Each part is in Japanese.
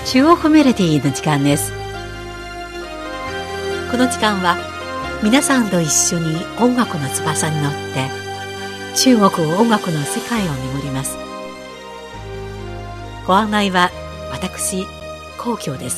中国メロディーの時間です。この時間は皆さんと一緒に音楽の翼に乗って中国音楽の世界を巡ります。ご案内は私、皇居です。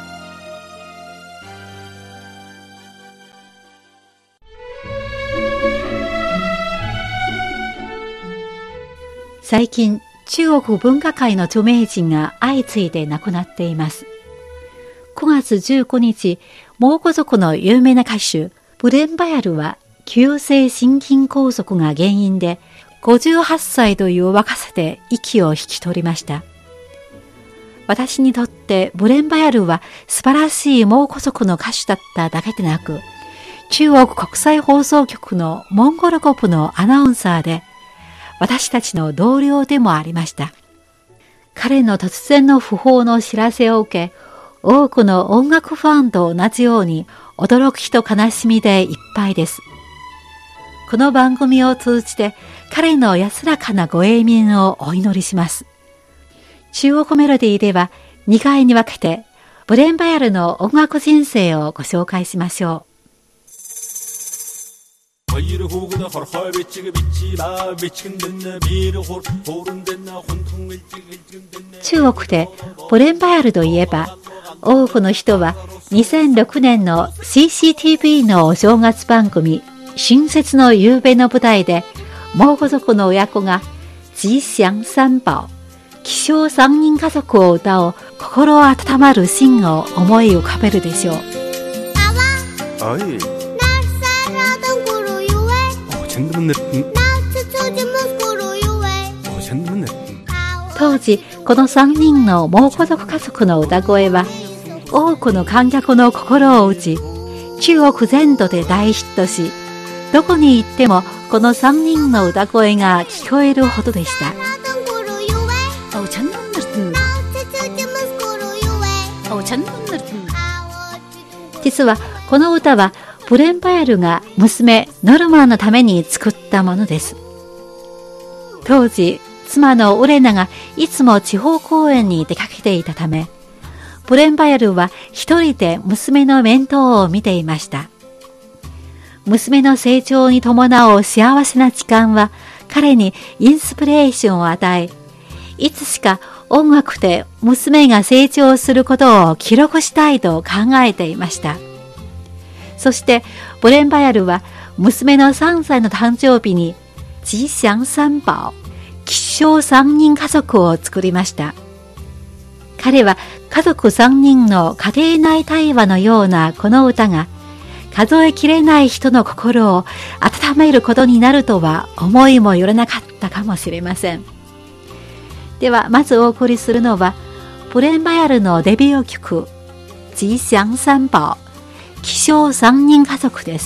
最近、中国文化界の著名人が相次いで亡くなっています。9月15日、蒙古族の有名な歌手、ブレンバヤルは急性心筋梗塞が原因で58歳という若さで息を引き取りました。私にとってブレンバヤルは素晴らしい蒙古族の歌手だっただけでなく、中国国際放送局のモンゴル語部のアナウンサーで、私たちの同僚でもありました。彼の突然の訃報の知らせを受け、多くの音楽ファンと同じように驚きと悲しみでいっぱいです。この番組を通じて彼の安らかなご永眠をお祈りします。中国メロディーでは2回に分けてブレンバヤルの音楽人生をご紹介しましょう。中国でブレンバヤルといえば、多くの人は2006年の CCTV のお正月番組春節の夕べの舞台で蒙古族の親子が吉祥三宝、吉祥三人家族を歌う心温まるシーンを思い浮かべるでしょう。当時この3人の蒙古族家族の歌声は多くの観客の心を打ち、中国全土で大ヒットし、どこに行ってもこの3人の歌声が聞こえるほどでした。実はこの歌はブレンバヤルが娘ノルマンのために作ったものです。当時妻のウレナがいつも地方公演に出かけていたため、ブレンバヤルは一人で娘の面倒を見ていました。娘の成長に伴う幸せな時間は彼にインスピレーションを与え、いつしか音楽で娘が成長することを記録したいと考えていました。そしてブレンバヤルは娘の3歳の誕生日に吉祥三宝、吉祥3人家族を作りました。彼は家族3人の家庭内対話のようなこの歌が数えきれない人の心を温めることになるとは思いもよらなかったかもしれません。ではまずお送りするのはブレンバヤルのデビュー曲吉祥三宝、吉祥3人家族です。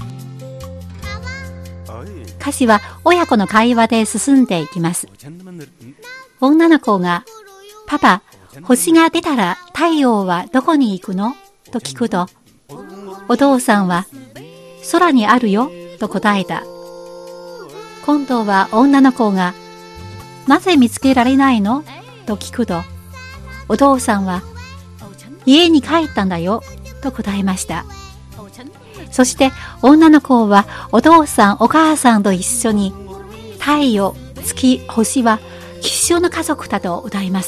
歌詞は親子の会話で進んでいきます。女の子が、パパ、星が出たら太陽はどこに行くのと聞くと、お父さんは、空にあるよと答えた。今度は女の子が、なぜ見つけられないのと聞くと、お父さんは、家に帰ったんだよと答えました。そして女の子はお父さんお母さんと一緒に太陽、月、星は吉祥の家族だと歌います。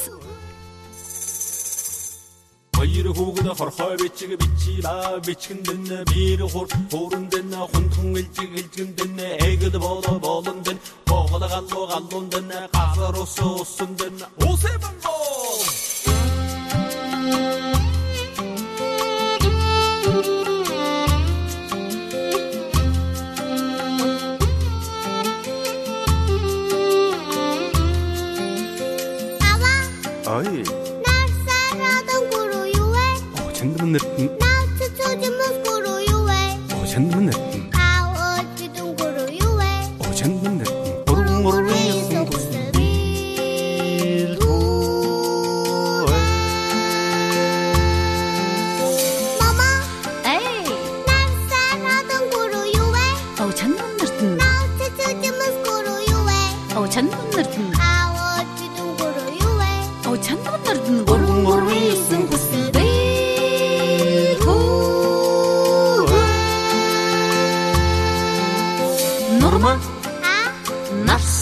찬 건너르든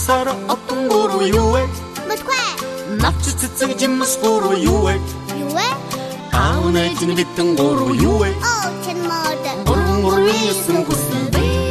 낯설어 어떤 거로 유해 모스크바 납치ጽጽ 짐무스고로 유해 아우네 진비뜬 거로 유해 젠모드 얼굴을 위해 쓴 곳은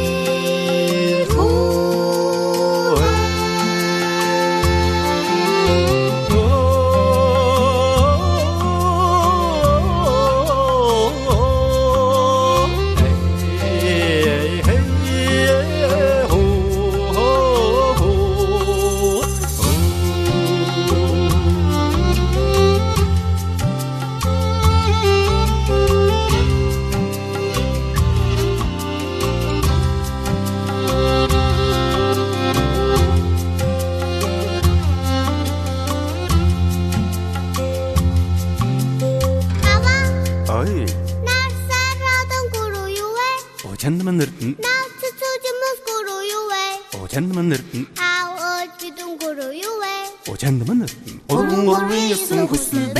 오잔나만 늘든 나츠츠지무스고로 유해 오잔나만 늘든 아워지둥고로 유해 오잔나만 늘든 얼굴을 위해 쓴 곳은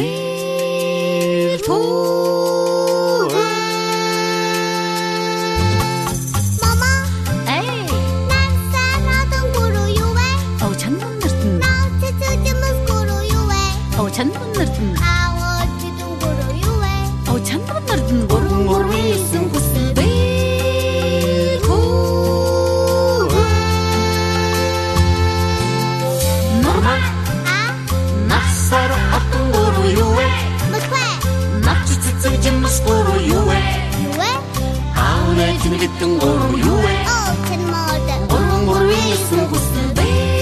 진비뜬 거로 유해 젠모드 얼굴을 위해 쓴 곳은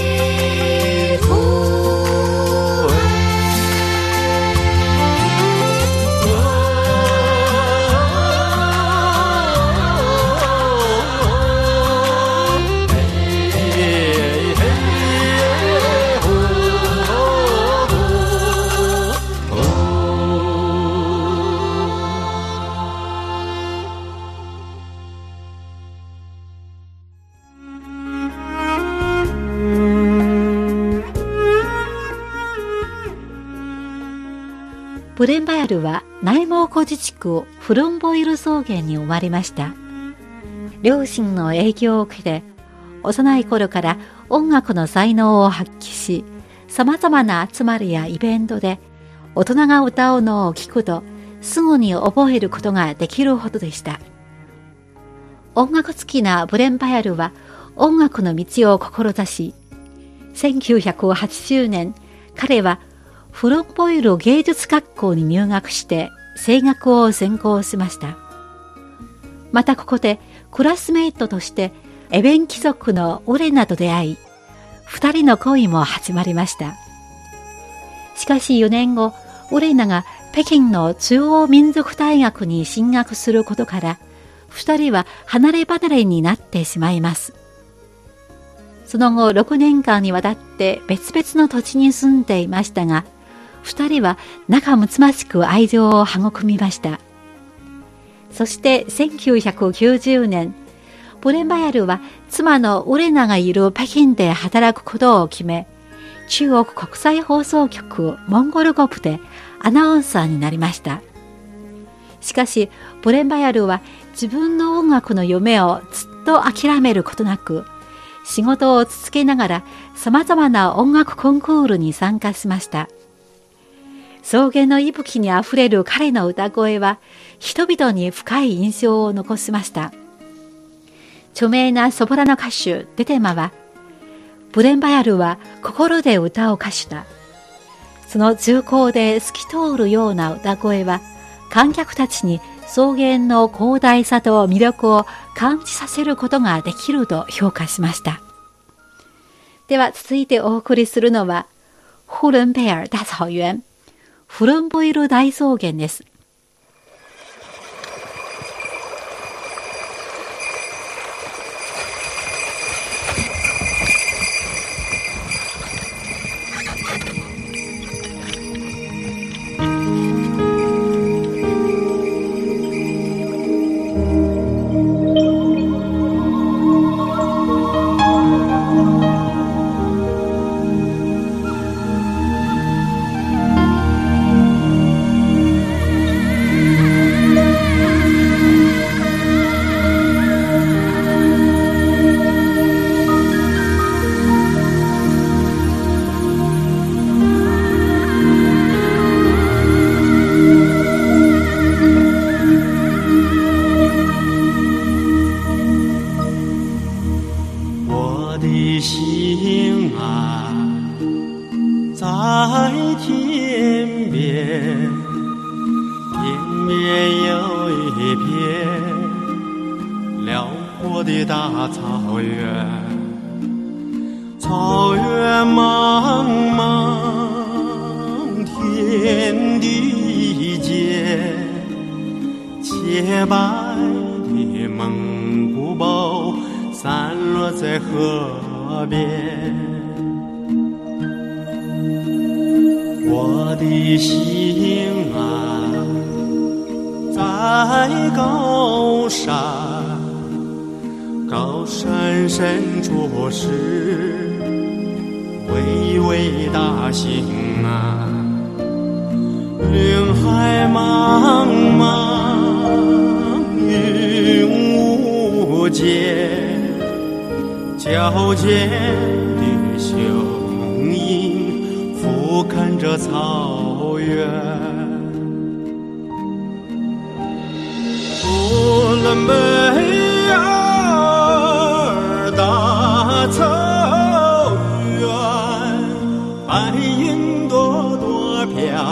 ブレンバヤルは内蒙古自治区フルンボイル草原に生まれました。両親の影響を受けて、幼い頃から音楽の才能を発揮し、様々な集まりやイベントで大人が歌うのを聞くとすぐに覚えることができるほどでした。音楽好きなブレンバヤルは音楽の道を志し、1980年、彼はフルンボイル芸術学校に入学して声楽を専攻しました。またここでクラスメイトとしてエベン貴族のオレナと出会い、二人の恋も始まりました。しかし4年後、オレナが北京の中央民族大学に進学することから、二人は離れ離れになってしまいます。その後6年間にわたって別々の土地に住んでいましたが、二人は仲睦ましく愛情を育みました。そして1990年、ブレンバヤルは妻のオレナがいる北京で働くことを決め、中国国際放送局モンゴル語部でアナウンサーになりました。しかし、ブレンバヤルは自分の音楽の夢をずっと諦めることなく、仕事を続けながら様々な音楽コンクールに参加しました。草原の息吹にあふれる彼の歌声は人々に深い印象を残しました。著名なソプラノ歌手デテマは、ブレンバヤルは心で歌う歌手だ。その重厚で透き通るような歌声は観客たちに草原の広大さと魅力を感じさせることができると評価しました。では続いてお送りするのは呼伦贝尔大草原、フルンボイル大草原です。 心啊，在天边，天边有一片辽阔的大草原，草原茫茫，天地间，洁白的蒙古包散落在河边。我的心啊，在高山，高山深处是巍巍大兴啊，云海茫茫，云无间，矫健的雄鹰俯瞰着草原。呼伦贝尔大草原，白云朵朵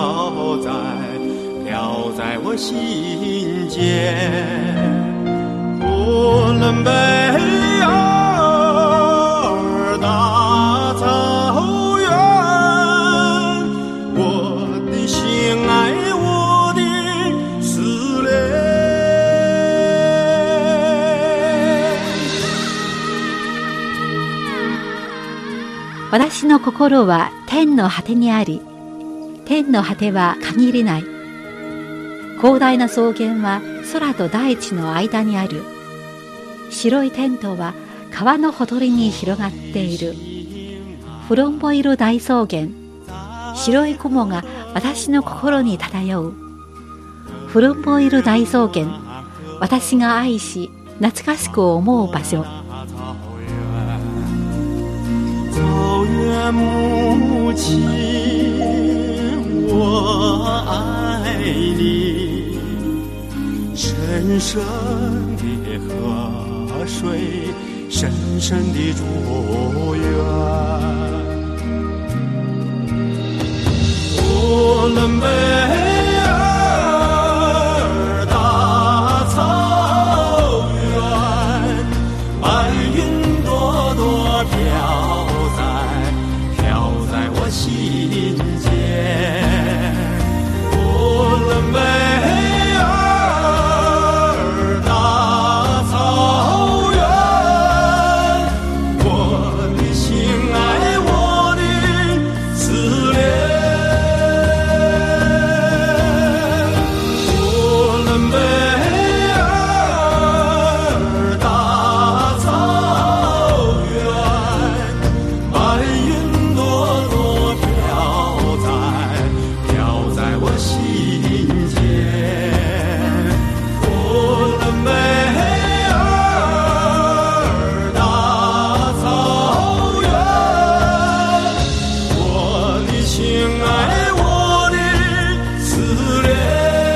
飘在我心间。呼伦贝尔大草原，我的心爱，我的思念。 私の心は天の果てにあり、天の果ては限りない。広大な草原は空と大地の間にある。白いテントは川のほとりに広がっている。フロンボイル大草原、白い雲が私の心に漂う。フロンボイル大草原、私が愛し懐かしく思う場所。 草原母亲，我爱你，深深的河水，深深的祝愿。呼伦贝尔大草原，白云朵朵飘在我心间。呼伦贝尔大草原，我的心爱，我的思念。呼伦贝尔大草原，白云朵朵飘在我心间。呼伦贝尔大草原，我的心爱，我的思念。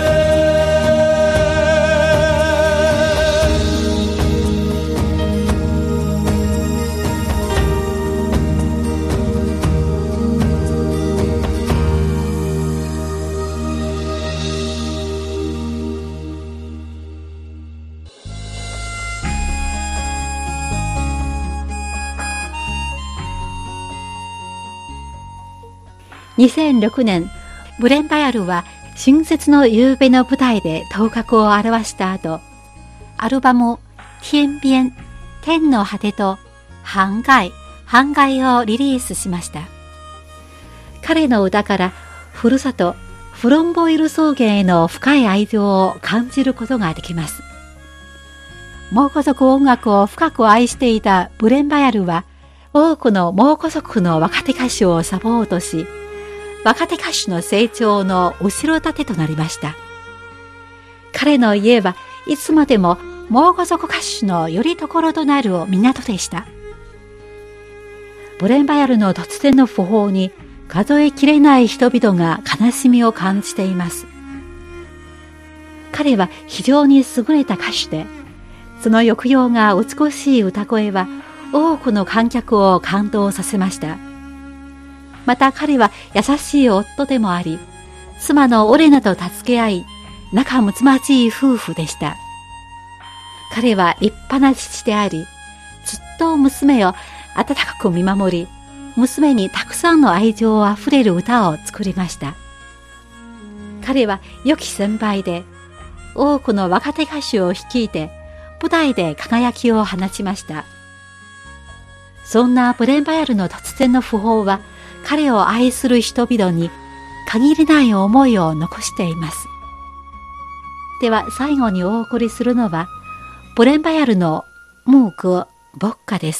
2006年、ブレンバヤルは春節の夕べの舞台で頭角を現した後、アルバム天边、天の果てと半街をリリースしました。彼の歌からふるさとフロンボイル草原への深い愛情を感じることができます。蒙古族音楽を深く愛していたブレンバヤルは、多くの蒙古族の若手歌手をサポートし、若手歌手の成長の後ろ盾となりました。彼の家はいつまでも蒙古族歌手の拠り所となる港でした。ブレンバヤルの突然の訃報に数えきれない人々が悲しみを感じています。彼は非常に優れた歌手で、その抑揚が美しい歌声は多くの観客を感動させました。また彼は優しい夫でもあり、妻のオレナと助け合い、仲睦まじい夫婦でした。彼は立派な父であり、ずっと娘を温かく見守り、娘にたくさんの愛情あふれる歌を作りました。彼は良き先輩で、多くの若手歌手を率いて、舞台で輝きを放ちました。そんなブレンバヤルの突然の訃報は、彼を愛する人々に限りない思いを残しています。では最後にお送りするのは、ブレンバヤルの牧歌牧歌です。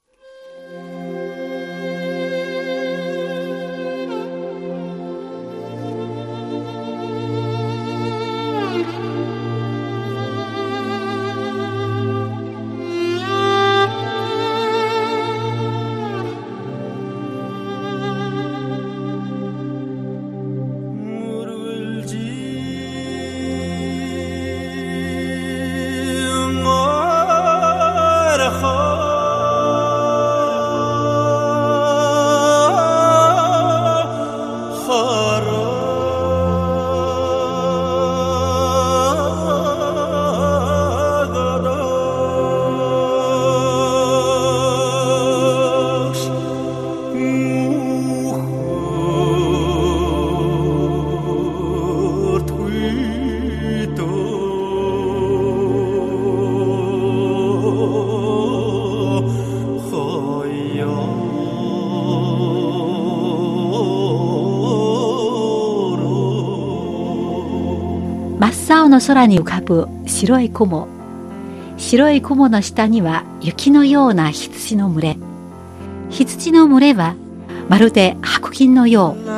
真っ青の空に浮かぶ白い雲。白い雲の下には雪のような羊の群れ。羊の群れはまるで白銀のよう。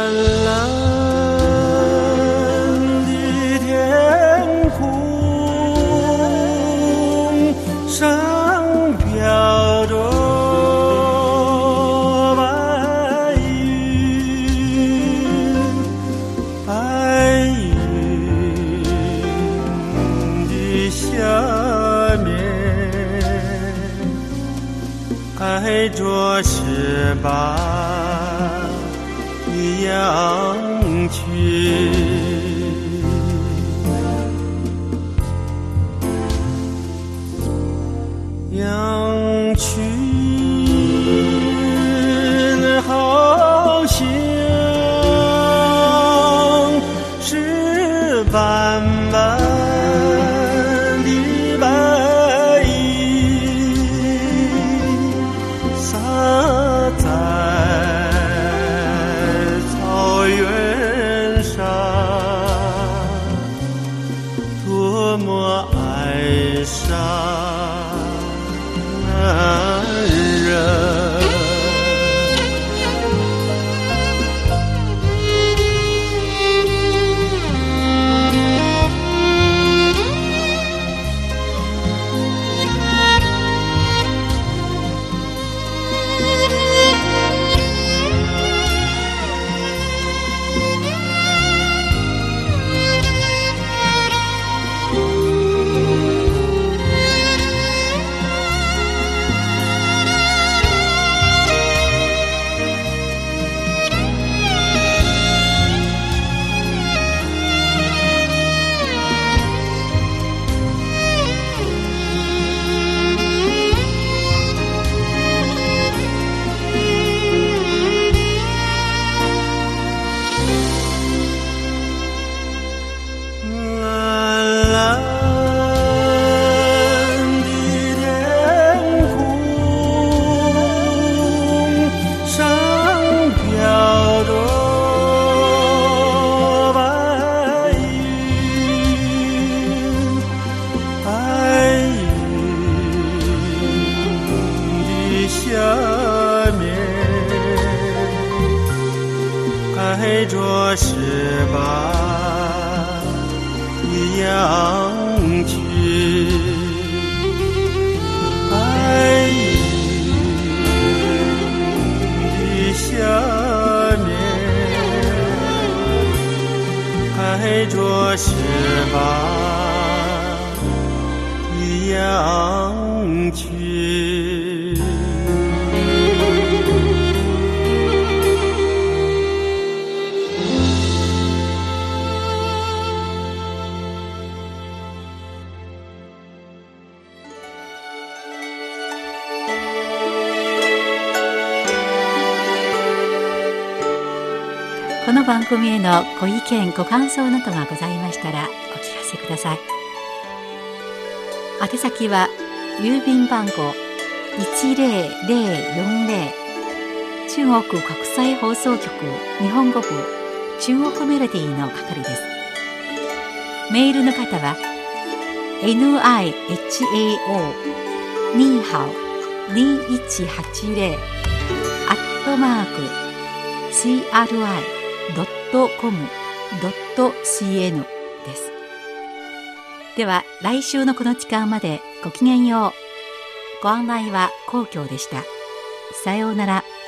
开着十八羊群，羊群好像是斑斑的白衣，洒在草原上，多么哀伤男人。开着十八羊群，白云的下面，开着十八羊群。 この番組へのご意見ご感想などがございましたらお聞かせください。宛先は郵便番号 10040 中国国際放送局日本語部中国メロディーの係です。メールの方は nihao ニーハオ2180 @cri.com.cn です。では来週のこの時間までごきげんよう。ご案内は皇居でした。さようなら。